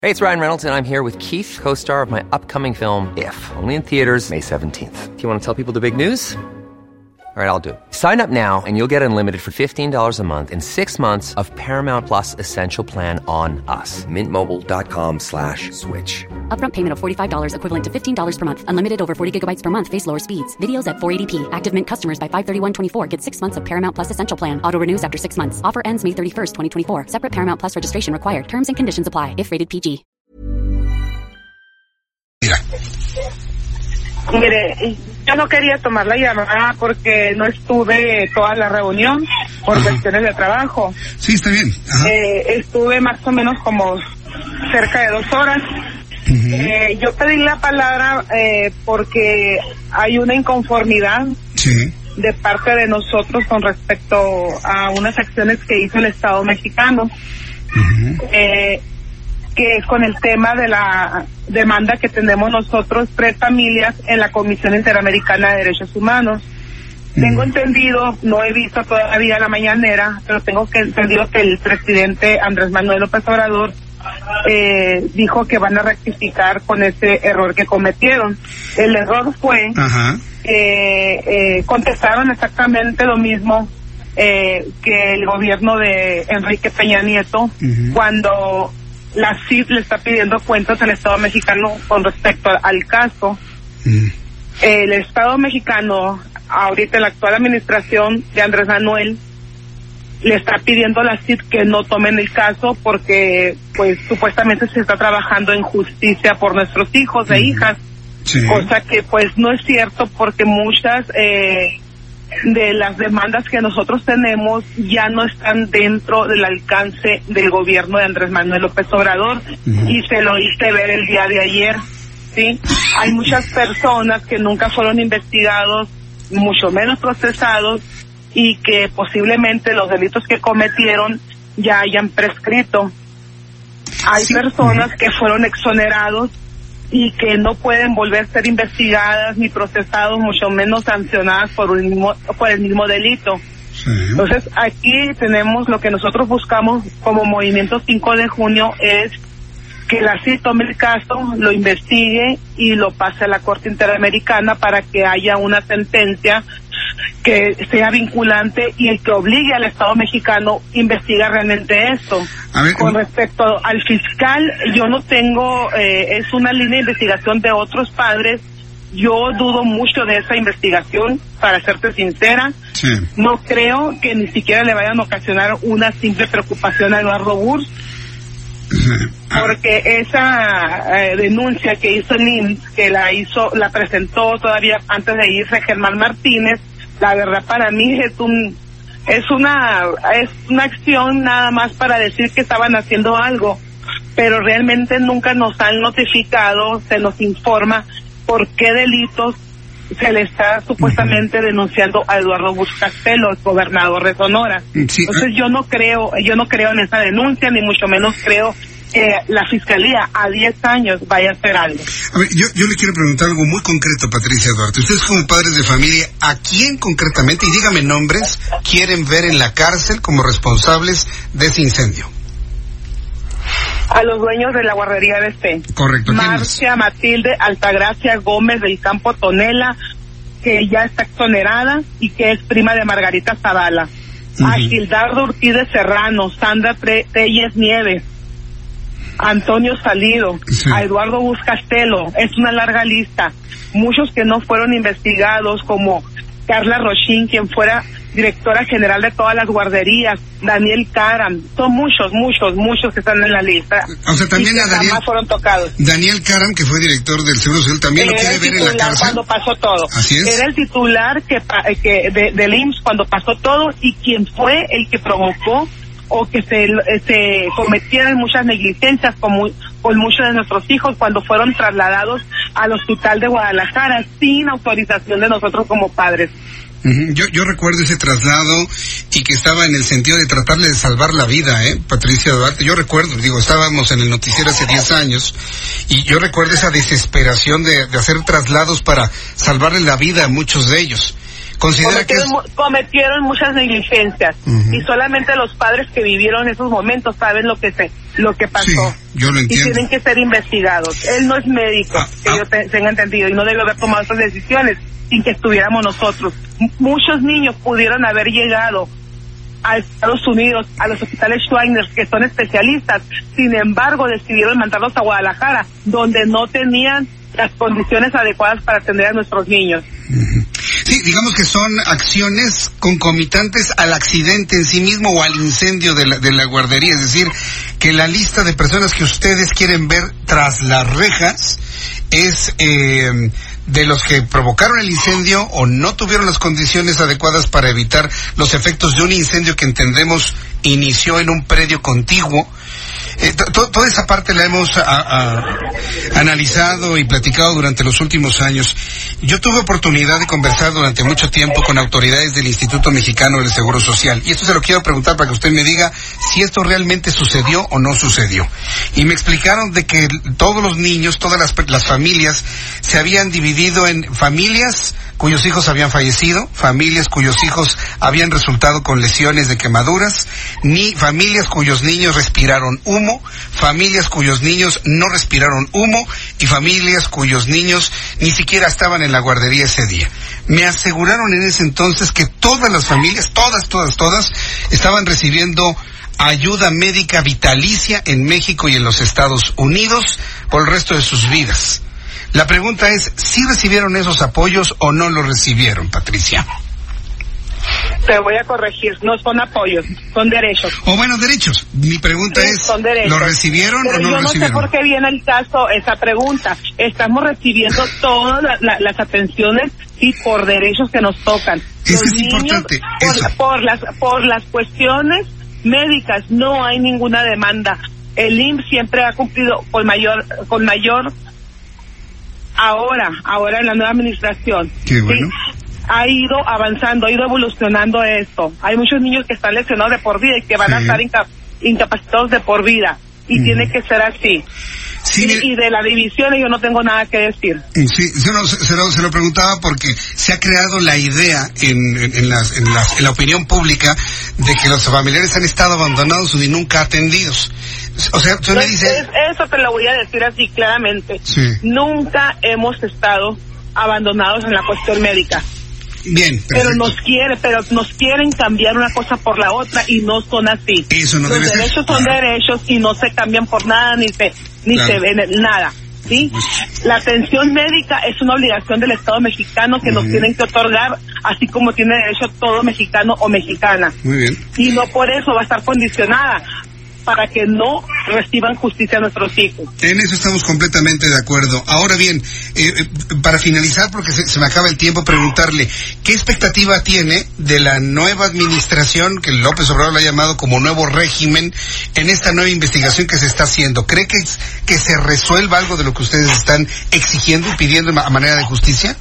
Hey, it's Ryan Reynolds, and I'm here with Keith, co-star of my upcoming film, If, only in theaters May 17th. Do you want to tell people the big news? All right, I'll do it. Sign up now and you'll get unlimited for $15 a month and 6 months of Paramount Plus Essential Plan on us. MintMobile.com/switch. Upfront payment of $45 equivalent to $15 per month. Unlimited over 40 gigabytes per month. Face lower speeds. Videos at 480p. Active Mint customers by 531.24 get 6 months of Paramount Plus Essential Plan. Auto renews after 6 months. Offer ends May 31st, 2024. Separate Paramount Plus registration required. Terms and conditions apply if rated PG. Mire, yo no quería tomar la llamada porque no estuve toda la reunión por cuestiones de trabajo. Sí, está bien. Estuve más o menos como cerca de 2 horas. Yo pedí la palabra porque hay una inconformidad de parte de nosotros con respecto a unas acciones que hizo el Estado mexicano. Que es con el tema de la demanda que tenemos nosotros, 3 familias, en la Comisión Interamericana de Derechos Humanos. Tengo entendido, no he visto todavía la mañanera, pero tengo entendido que el presidente Andrés Manuel López Obrador dijo que van a rectificar con ese error que cometieron. El error fue contestaron exactamente lo mismo que el gobierno de Enrique Peña Nieto cuando la CID le está pidiendo cuentas al Estado mexicano con respecto al caso. El Estado mexicano, ahorita en la actual administración de Andrés Manuel, le está pidiendo a la CID que no tomen el caso porque, pues, supuestamente se está trabajando en justicia por nuestros hijos e hijas, cosa que, pues, no es cierto porque muchas de las demandas que nosotros tenemos ya no están dentro del alcance del gobierno de Andrés Manuel López Obrador y se lo hice ver el día de ayer, ¿sí? Hay muchas personas que nunca fueron investigados, mucho menos procesados y que posiblemente los delitos que cometieron ya hayan prescrito. Hay personas que fueron exonerados y que no pueden volver a ser investigadas ni procesados, mucho menos sancionadas por el mismo delito. Entonces, aquí tenemos lo que nosotros buscamos como Movimiento 5 de Junio es que la CID tome el caso, lo investigue y lo pase a la Corte Interamericana para que haya una sentencia que sea vinculante y el que obligue al Estado mexicano investiga realmente esto. Con respecto al fiscal, yo no tengo, es una línea de investigación de otros padres. Yo dudo mucho de esa investigación, para serte sincera. No creo que ni siquiera le vayan a ocasionar una simple preocupación a Eduardo Burs, porque esa denuncia que hizo el IMSS, que la presentó todavía antes de irse Germán Martínez, la verdad para mí es una acción nada más para decir que estaban haciendo algo, pero realmente nunca nos han notificado, se nos informa por qué delitos se le está supuestamente denunciando a Eduardo Burs Castelo, el gobernador de Sonora. Entonces yo no creo en esa denuncia, ni mucho menos creo que la fiscalía a 10 años vaya a hacer algo. A ver, yo le quiero preguntar algo muy concreto, Patricia Duarte. Ustedes como padres de familia, ¿a quién concretamente, y dígame nombres, quieren ver en la cárcel como responsables de ese incendio? A los dueños de la guardería BC. Correcto. Marcia Matilde Altagracia Gómez del Campo Tonela, que ya está exonerada y que es prima de Margarita Zavala. A Gildardo Ortiz Serrano, Sandra Telles Nieves, Antonio Salido, a Eduardo Burs Castelo, es una larga lista. Muchos que no fueron investigados, como Carla Rochín, quien fuera directora general de todas las guarderías, Daniel Caram, son muchos que están en la lista. O sea, también a Daniel, jamás fueron tocados. Daniel Caram, que fue director del Seguro Social, también lo quiere ver en la cárcel. Cuando pasó todo. Así es. Era el titular del IMSS cuando pasó todo y quien fue el que provocó o que se cometieran muchas negligencias con muchos de nuestros hijos cuando fueron trasladados al hospital de Guadalajara sin autorización de nosotros como padres. Yo recuerdo ese traslado y que estaba en el sentido de tratarle de salvar la vida, Patricia Duarte. Yo recuerdo, estábamos en el noticiero hace 10 años y yo recuerdo esa desesperación de hacer traslados para salvarle la vida a muchos de ellos. Cometieron muchas negligencias y solamente los padres que vivieron esos momentos saben lo que lo que pasó. Sí, yo lo entiendo. Y tienen que ser investigados. Él no es médico, que yo tenga entendido, y no debe haber tomado esas decisiones sin que estuviéramos nosotros. Muchos niños pudieron haber llegado a Estados Unidos, a los hospitales Schweiner, que son especialistas, sin embargo decidieron mandarlos a Guadalajara, donde no tenían las condiciones adecuadas para atender a nuestros niños. Sí, digamos que son acciones concomitantes al accidente en sí mismo o al incendio de la guardería, es decir, que la lista de personas que ustedes quieren ver tras las rejas es de los que provocaron el incendio o no tuvieron las condiciones adecuadas para evitar los efectos de un incendio que entendemos inició en un predio contiguo. Toda esa parte la hemos analizado y platicado durante los últimos años. Yo tuve oportunidad de conversar durante mucho tiempo con autoridades del Instituto Mexicano del Seguro Social, y esto se lo quiero preguntar para que usted me diga si esto realmente sucedió o no sucedió. Y me explicaron de que todos los niños, todas las familias se habían dividido en familias cuyos hijos habían fallecido, familias cuyos hijos habían resultado con lesiones de quemaduras, ni familias cuyos niños respiraron humo, familias cuyos niños no respiraron humo y familias cuyos niños ni siquiera estaban en la guardería ese día. Me aseguraron en ese entonces que todas las familias, todas, estaban recibiendo ayuda médica vitalicia en México y en los Estados Unidos por el resto de sus vidas. La pregunta es, ¿sí recibieron esos apoyos o no los recibieron, Patricia? Te voy a corregir, no son apoyos, son derechos. O bueno, derechos. Mi pregunta es, son derechos. ¿lo recibieron pero o no lo recibieron? Yo no sé por qué viene el caso esa pregunta. Estamos recibiendo todas las atenciones y por derechos que nos tocan. Es Los que es niños, importante por las cuestiones médicas no hay ninguna demanda. El IMSS siempre ha cumplido con mayor ahora en la nueva administración. Qué bueno. ¿Sí? Ha ido avanzando, ha ido evolucionando esto. Hay muchos niños que están lesionados de por vida y que van a estar incapacitados de por vida. Y tiene que ser así. Sí, y de la división yo no tengo nada que decir. Sí, se lo preguntaba porque se ha creado la idea en la opinión pública de que los familiares han estado abandonados y nunca atendidos. O sea, tú me dices... Eso te lo voy a decir así claramente. Sí. Nunca hemos estado abandonados en la cuestión médica. Bien, perfecto. Pero nos quieren cambiar una cosa por la otra y no son así. Eso no Los debe ser. Los derechos son derechos y no se cambian por nada ni se ven nada. ¿Sí? La atención médica es una obligación del Estado mexicano que nos tienen que otorgar, así como tiene derecho todo mexicano o mexicana. Muy bien. Y no por eso va a estar condicionada para que no reciban justicia a nuestros hijos. En eso estamos completamente de acuerdo. Ahora bien, para finalizar, porque se me acaba el tiempo, preguntarle, ¿qué expectativa tiene de la nueva administración, que López Obrador la ha llamado como nuevo régimen, en esta nueva investigación que se está haciendo? ¿Cree que se resuelva algo de lo que ustedes están exigiendo y pidiendo a manera de justicia?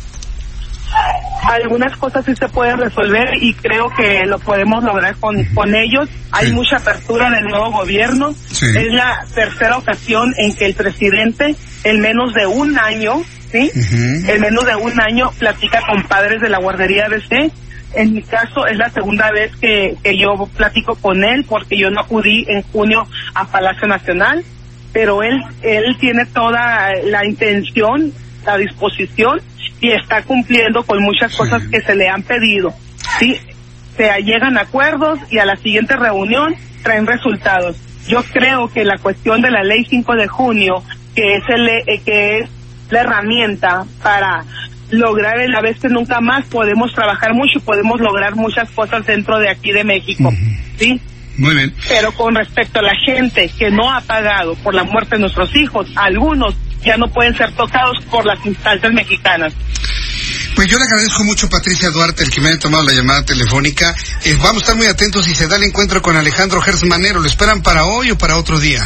Algunas cosas sí se pueden resolver y creo que lo podemos lograr con ellos. Hay mucha apertura del nuevo gobierno. Sí. Es la tercera ocasión en que el presidente, en menos de un año, en menos de un año, platica con padres de la guardería ABC. En mi caso es la segunda vez que yo platico con él, porque yo no acudí en junio a Palacio Nacional, pero él tiene toda la intención, la disposición, y está cumpliendo con muchas cosas que se le han pedido. Sí, se llegan a acuerdos y a la siguiente reunión traen resultados. Yo creo que la cuestión de la ley 5 de junio, que es la herramienta para lograr la vez que nunca más, podemos trabajar mucho y podemos lograr muchas cosas dentro de aquí de México. ¿Sí? Muy bien. Pero con respecto a la gente que no ha pagado por la muerte de nuestros hijos, algunos ya no pueden ser tocados por las instancias mexicanas. Pues yo le agradezco mucho, Patricia Duarte, el que me haya tomado la llamada telefónica. Vamos a estar muy atentos si se da el encuentro con Alejandro Gertz Manero. ¿Lo esperan para hoy o para otro día?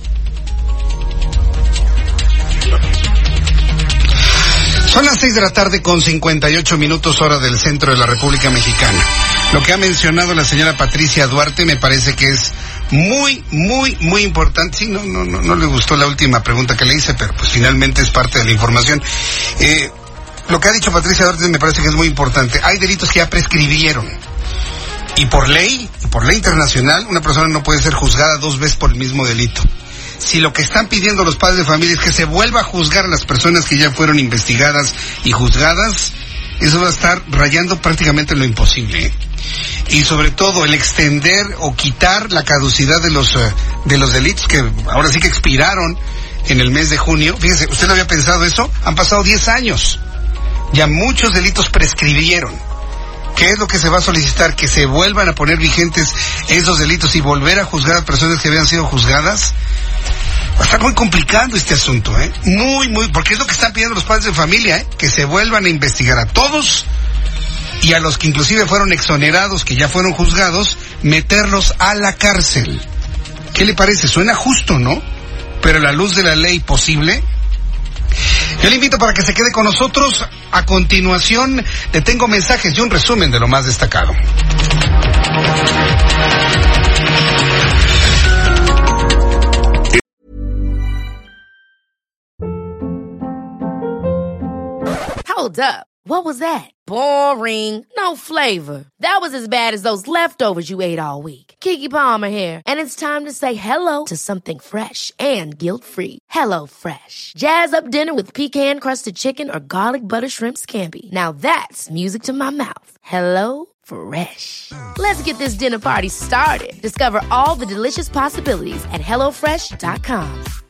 Son las 6 de la tarde con 58 minutos hora del centro de la República Mexicana. Lo que ha mencionado la señora Patricia Duarte me parece que es muy, muy, muy importante. Sí, no le gustó la última pregunta que le hice, pero pues finalmente es parte de la información. Lo que ha dicho Patricia Duarte me parece que es muy importante. Hay delitos que ya prescribieron. Y por ley internacional, una persona no puede ser juzgada 2 veces por el mismo delito. Si lo que están pidiendo los padres de familia es que se vuelva a juzgar a las personas que ya fueron investigadas y juzgadas, eso va a estar rayando prácticamente lo imposible, ¿eh? Y sobre todo el extender o quitar la caducidad de los delitos que ahora sí que expiraron en el mes de junio. Fíjese, ¿usted no había pensado eso? Han pasado 10 años. Ya muchos delitos prescribieron. ¿Qué es lo que se va a solicitar? Que se vuelvan a poner vigentes esos delitos y volver a juzgar a personas que habían sido juzgadas. Va a estar muy complicado este asunto, ¿eh? Muy, porque es lo que están pidiendo los padres de familia, ¿eh? Que se vuelvan a investigar a todos y a los que inclusive fueron exonerados, que ya fueron juzgados, meterlos a la cárcel. ¿Qué le parece? Suena justo, ¿no? Pero a la luz de la ley posible. Yo le invito para que se quede con nosotros. A continuación, le tengo mensajes y un resumen de lo más destacado. Hold up. What was that? Boring. No flavor. That was as bad as those leftovers you ate all week. Keke Palmer here, and it's time to say hello to something fresh and guilt-free. Hello Fresh. Jazz up dinner with pecan-crusted chicken or garlic butter shrimp scampi. Now that's music to my mouth. Hello Fresh. Let's get this dinner party started. Discover all the delicious possibilities at HelloFresh.com.